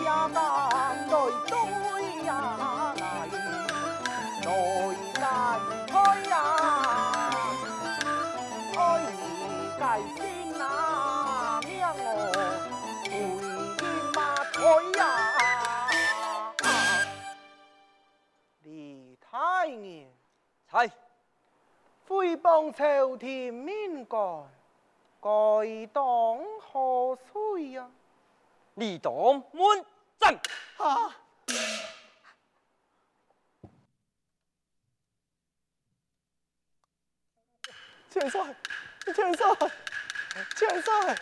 呀当来对呀来干开呀，爱该心呐命我为你马腿呀。李太爷， 係诽谤朝廷敏感，該當何罪呀？ 你當滿真。 啊！前帥，前帥，前帥，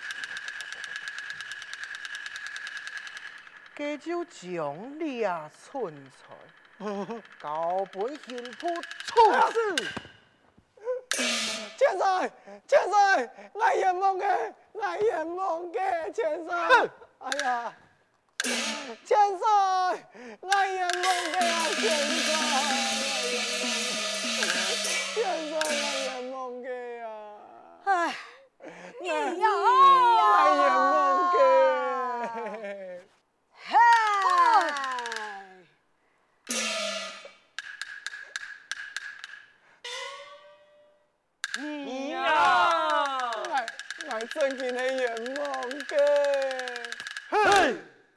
這就將列存在，高本刑部處置。前帥，前帥，我眼夢嘅，我眼夢嘅，前帥。哎呀，前帥，我眼夢嘅啊，前帥。前帥，我眼夢嘅啊。 唉，你呀， 我眼夢嘅。 嗨， 你呀， 我真見你眼夢嘅。 嘿，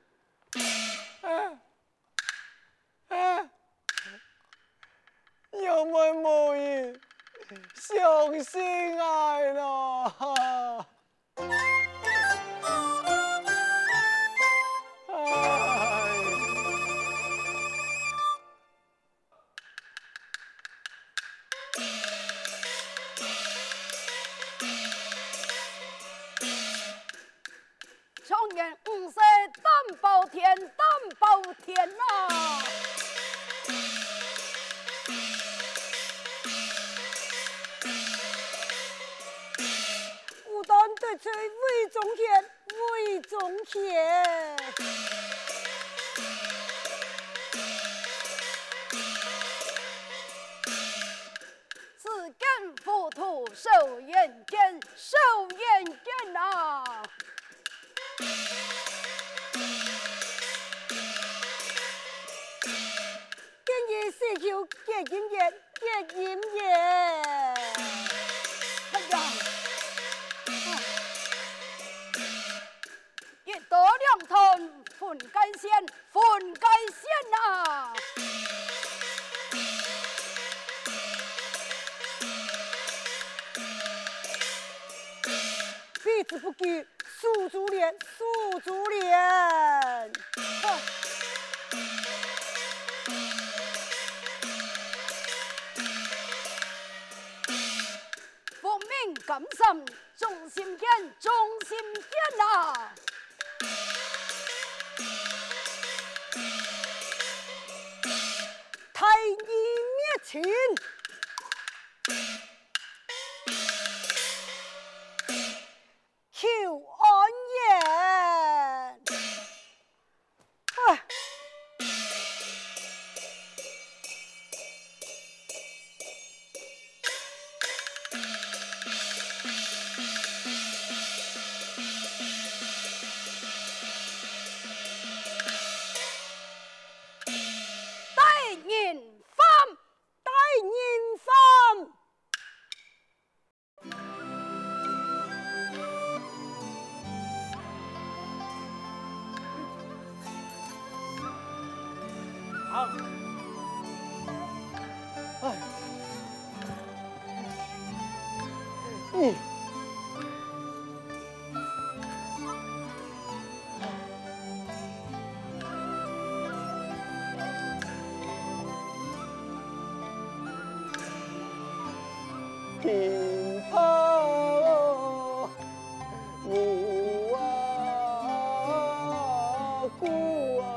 有冇無言相信愛咯？ 常言五色担保天，担保天呐。武断对罪为中天，为中天。只干糊涂，受眼见，受眼见呐。今日四球结金眼，结金眼。哎呀，一刀两断，分该线，分该线呐。彼此不惧，数足连，数足连。奉命感心，忠心见，忠心见呐！太医灭秦。求安言，哎，带人犯，带人犯。 好， 哎，你平抛母啊，姑啊。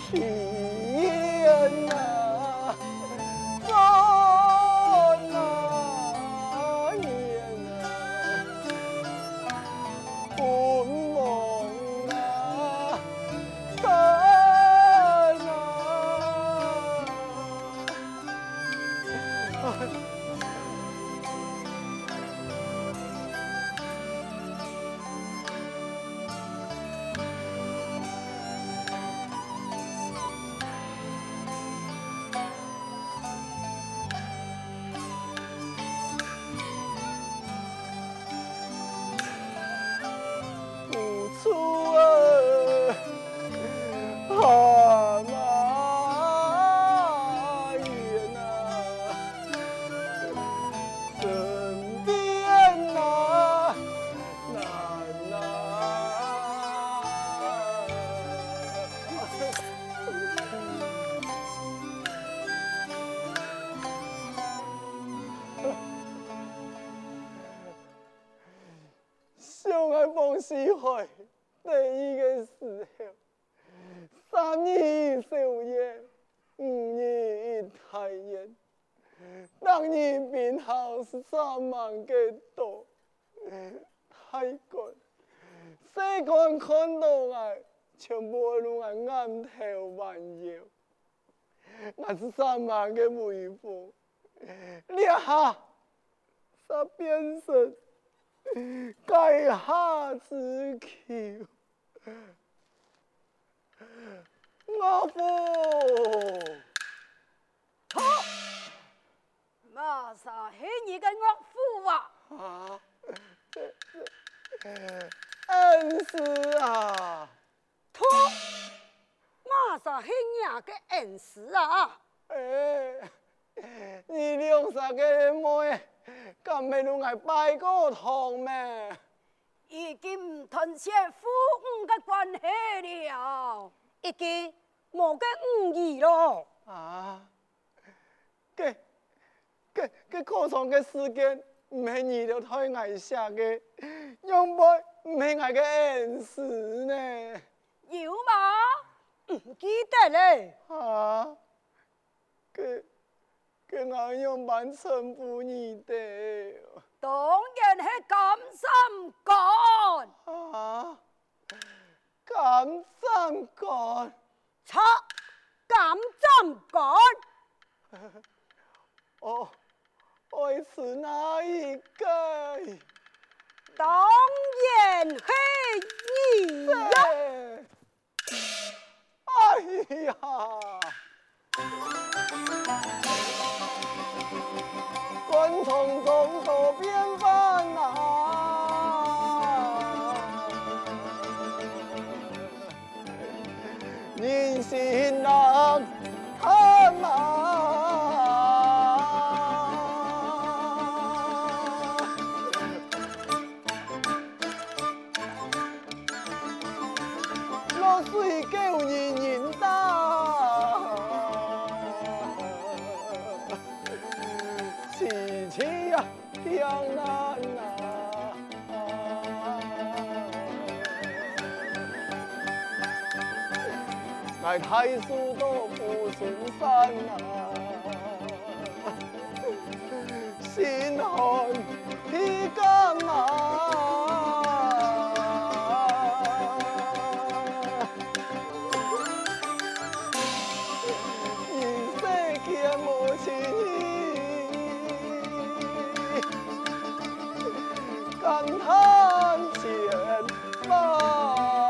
天啊，真啊，年啊，本梦啊，真啊。付出啊，蛤蟆眼啊，身边啊，难上海放死海第一个时候，3年少爷，5年一太爷，当年编号13万个多，太官，世官看到我，全部拢係眼頭彎腰，我13萬嘅回報，列下十變身。盖下之求，我父， 好，马上是你的岳父啊！ 啊，恩师啊， 托，马上是你的恩师啊！ 你2、3个妹。咁咪拢係拜過堂咩？ 已經唔同些父母嘅關係了，已經冇嘅誤意咯。 啊，嘅課堂嘅時間唔係你哋太危險嘅，因為唔係我嘅恩師呢。 有嗎？唔記得咧。 啊，佢我用版稱呼你哋。 當然係咁心幹。 啊，咁心幹。 錯，咁心幹。 我是哪一個？ 當然係你呀！ 哎呀！官從中多變幻啊，人心難看啊！落水叫人打。喜气呀，江南呐，我太叔都不顺山呐，心寒皮干呐。感叹前吧，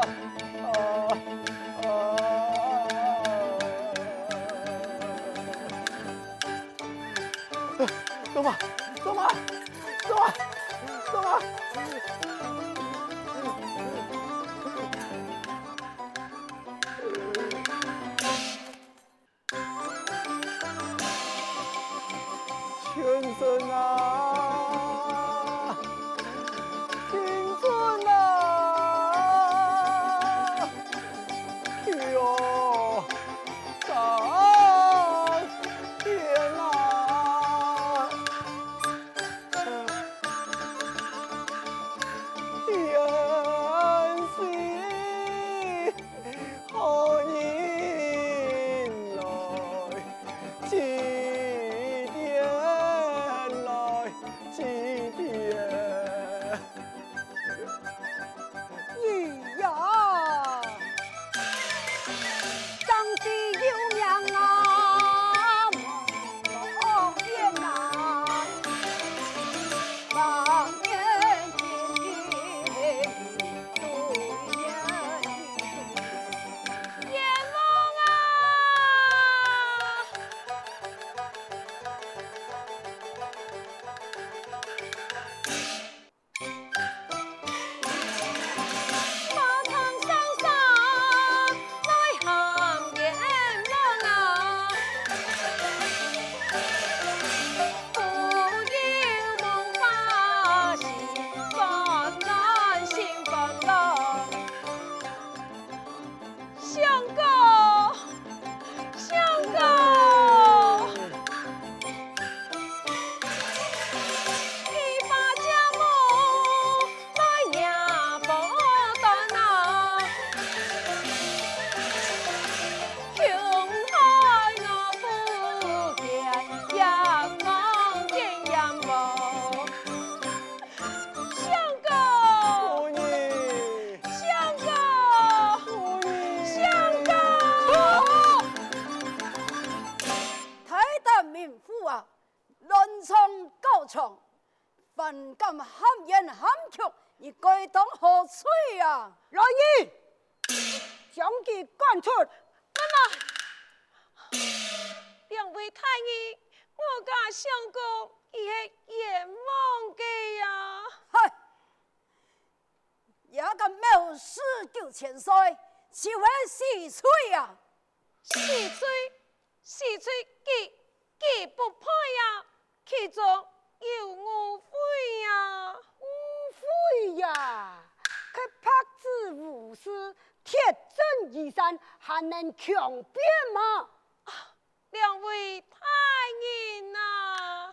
走吧，走吧，走吧，走吧。全身啊！ 相公，相公，你把家母来呀不断啊，穷害我不见呀望见呀无，相公。 夫人， 相公， 夫人， 相公，太大名府啊，乱唱高唱，凡敢喊言喊曲，你该当何罪啊？来人，将其赶出！两位太医，我家相公伊是阎王的呀。嗨！也个冒失9000岁，是为死罪啊！死罪，既不配呀，其中有误会呀，误会呀！佢拍子无私，铁证移山，还能强辩吗？两位太人呐！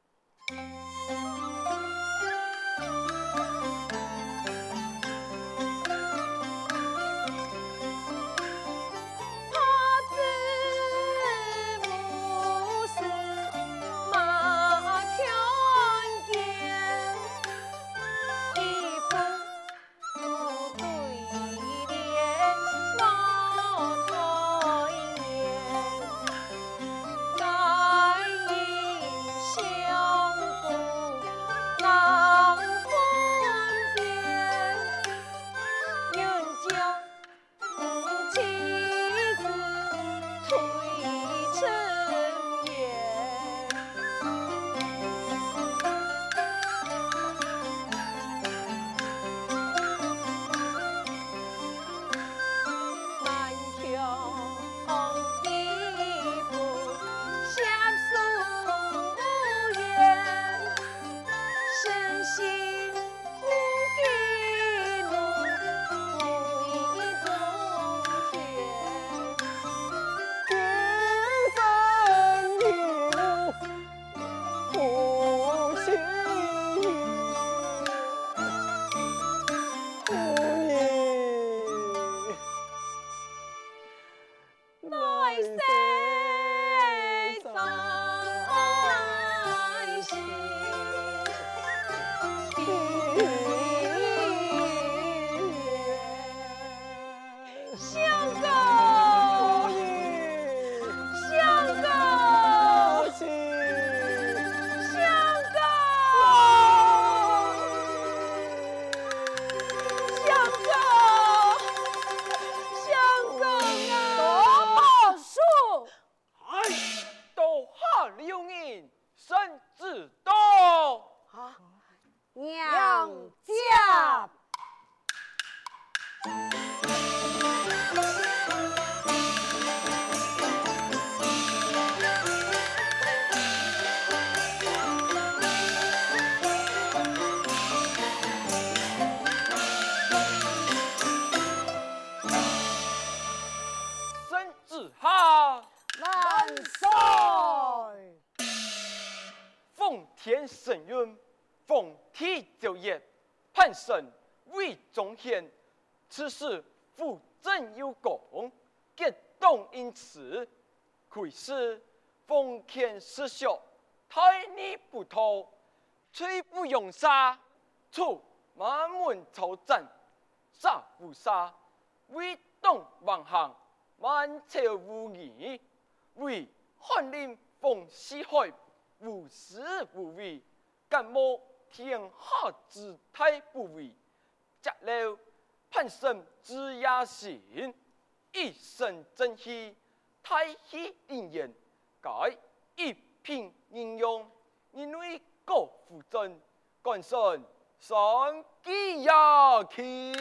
天神运，奉天就业，判神为忠贤。此事夫正有功，结动因此，愧是奉天失效，太逆不脱，虽不用杀，出满门朝战，杀不杀，为动万行，满朝无疑，为翰林奉西海。无私无为，敢冒天下之大不为。则了判神之亚行，一生珍惜，太虚令言，该一品应用，因为国负真，干神上基呀其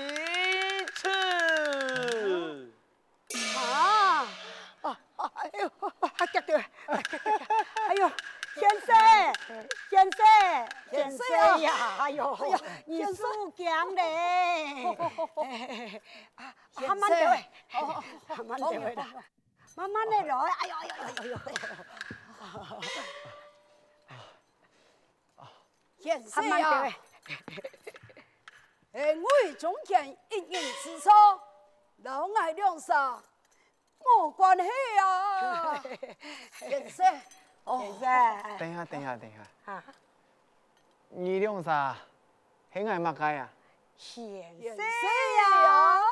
次。 哎呦，哎呦。先生呀！哎呦，你输强嘞！慢点喂， 慢慢地回来，慢慢地来。哎呦哎呦哎呦贤慢慢婿啊地。 我中间一人之错，老爱两杀，没关系啊。贤婿， 先生， 等一下，等一下，等一下， 啊， 你两啥？很爱乜解啊？ 先贤生婿啊，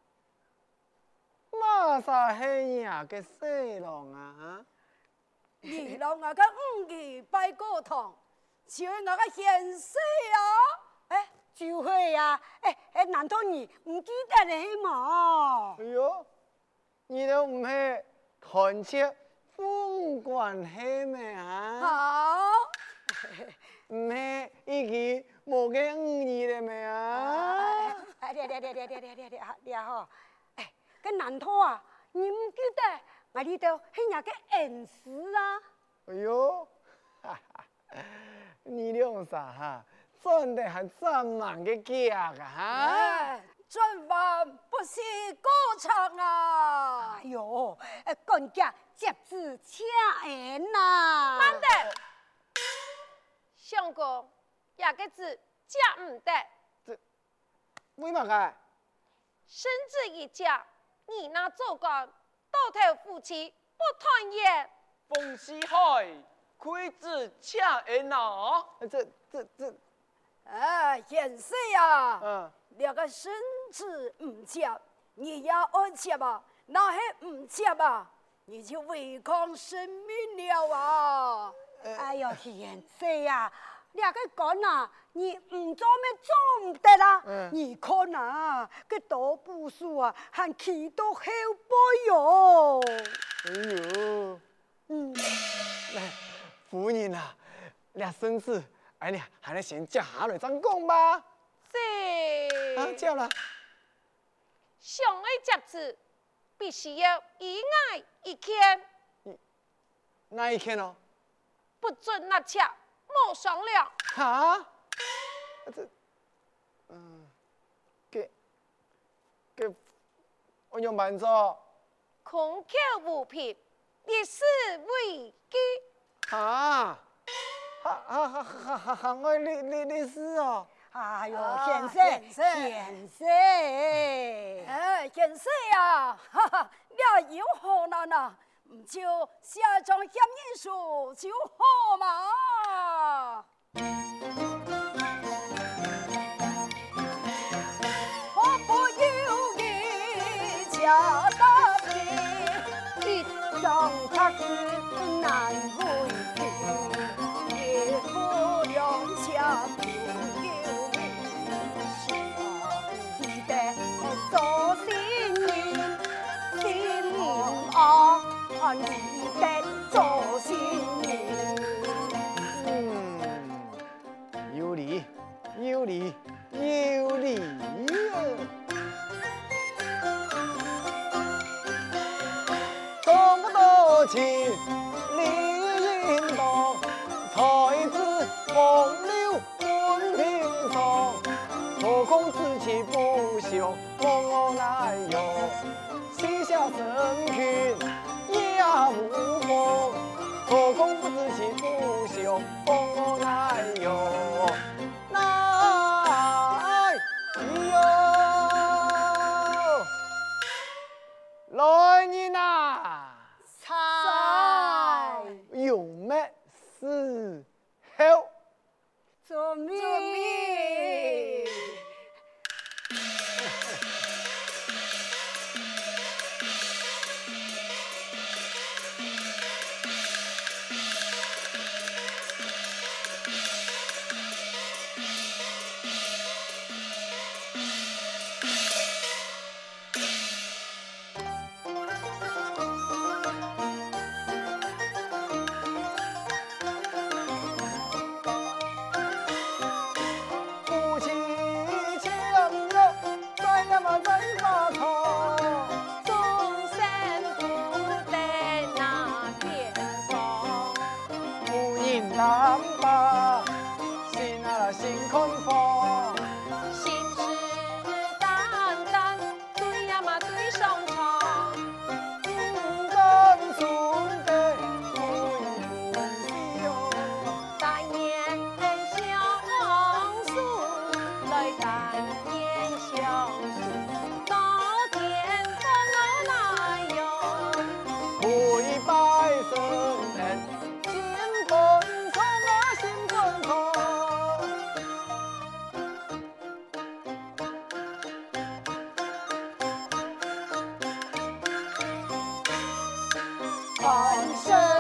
马啥嘿呀个细路啊？ 二老我个五义拜过堂，就我个贤婿啊。 哎，就会呀，哎，难道你唔记得你嘛？ 哎呦，你都唔系看切风关系咩啊？ 好， 唔系已经冇嘅五义了咩啊？ 哎，你好，哎，个难道啊，你唔记得我呢度係人嘅恩師啊？ 哎呦，哈哈，你两啥哈？真的还这么个假噶哈？ 哎，转弯不是歌唱啊哎！呦，更加接子恰言呐！ 慢得，相公，也个字嫁唔得， 为嘛个？ 生子一家，你那做官，到头夫妻不团圆。 风西海，魁子恰恩呐。 这， 哎，贤婿啊， 嗯， 两个孙子唔接，你也爱接啊？那系唔接啊？你就违抗生命了啊！ 哎呦，贤婿呀，你个讲啊，你唔做咩做唔得啦？你看啊，个多部书啊，还企到后背哟。 哎呦，来，夫人啊，俩孙子，哎呀，还得先接下来再讲吧。啊， 是， 接了。 相爱接子，必须要一爱一天， 哪一天哦？ 不准纳妾，莫商量。 哈？这，给，我用慢做。 空口无凭，历史为基。 哈？我你是哦。 哎呦， 啊贤婿， 贤贤婿， 哎，贤婿啊，哈哈，你有可能啊？唔就写张协议书就好嘛。我不有一家大业， 一张他是难为情， 一夫两家不有记得做新人，新人啊，记得做新人。 有理，有理，有理呀！多不多情，理应当，才子风流本平常。何况自己不朽，我奈何？膝下生群也无妨。何况不知其不朽，我奈何？奈何？来人呐！ 菜用咩时候？ 做咩？ 做咩？ 夫妻强弱，在那么在发愁。 终身不得那天光。 无言难把心啊心看放。 信誓旦旦，对呀嘛对上场。 长生。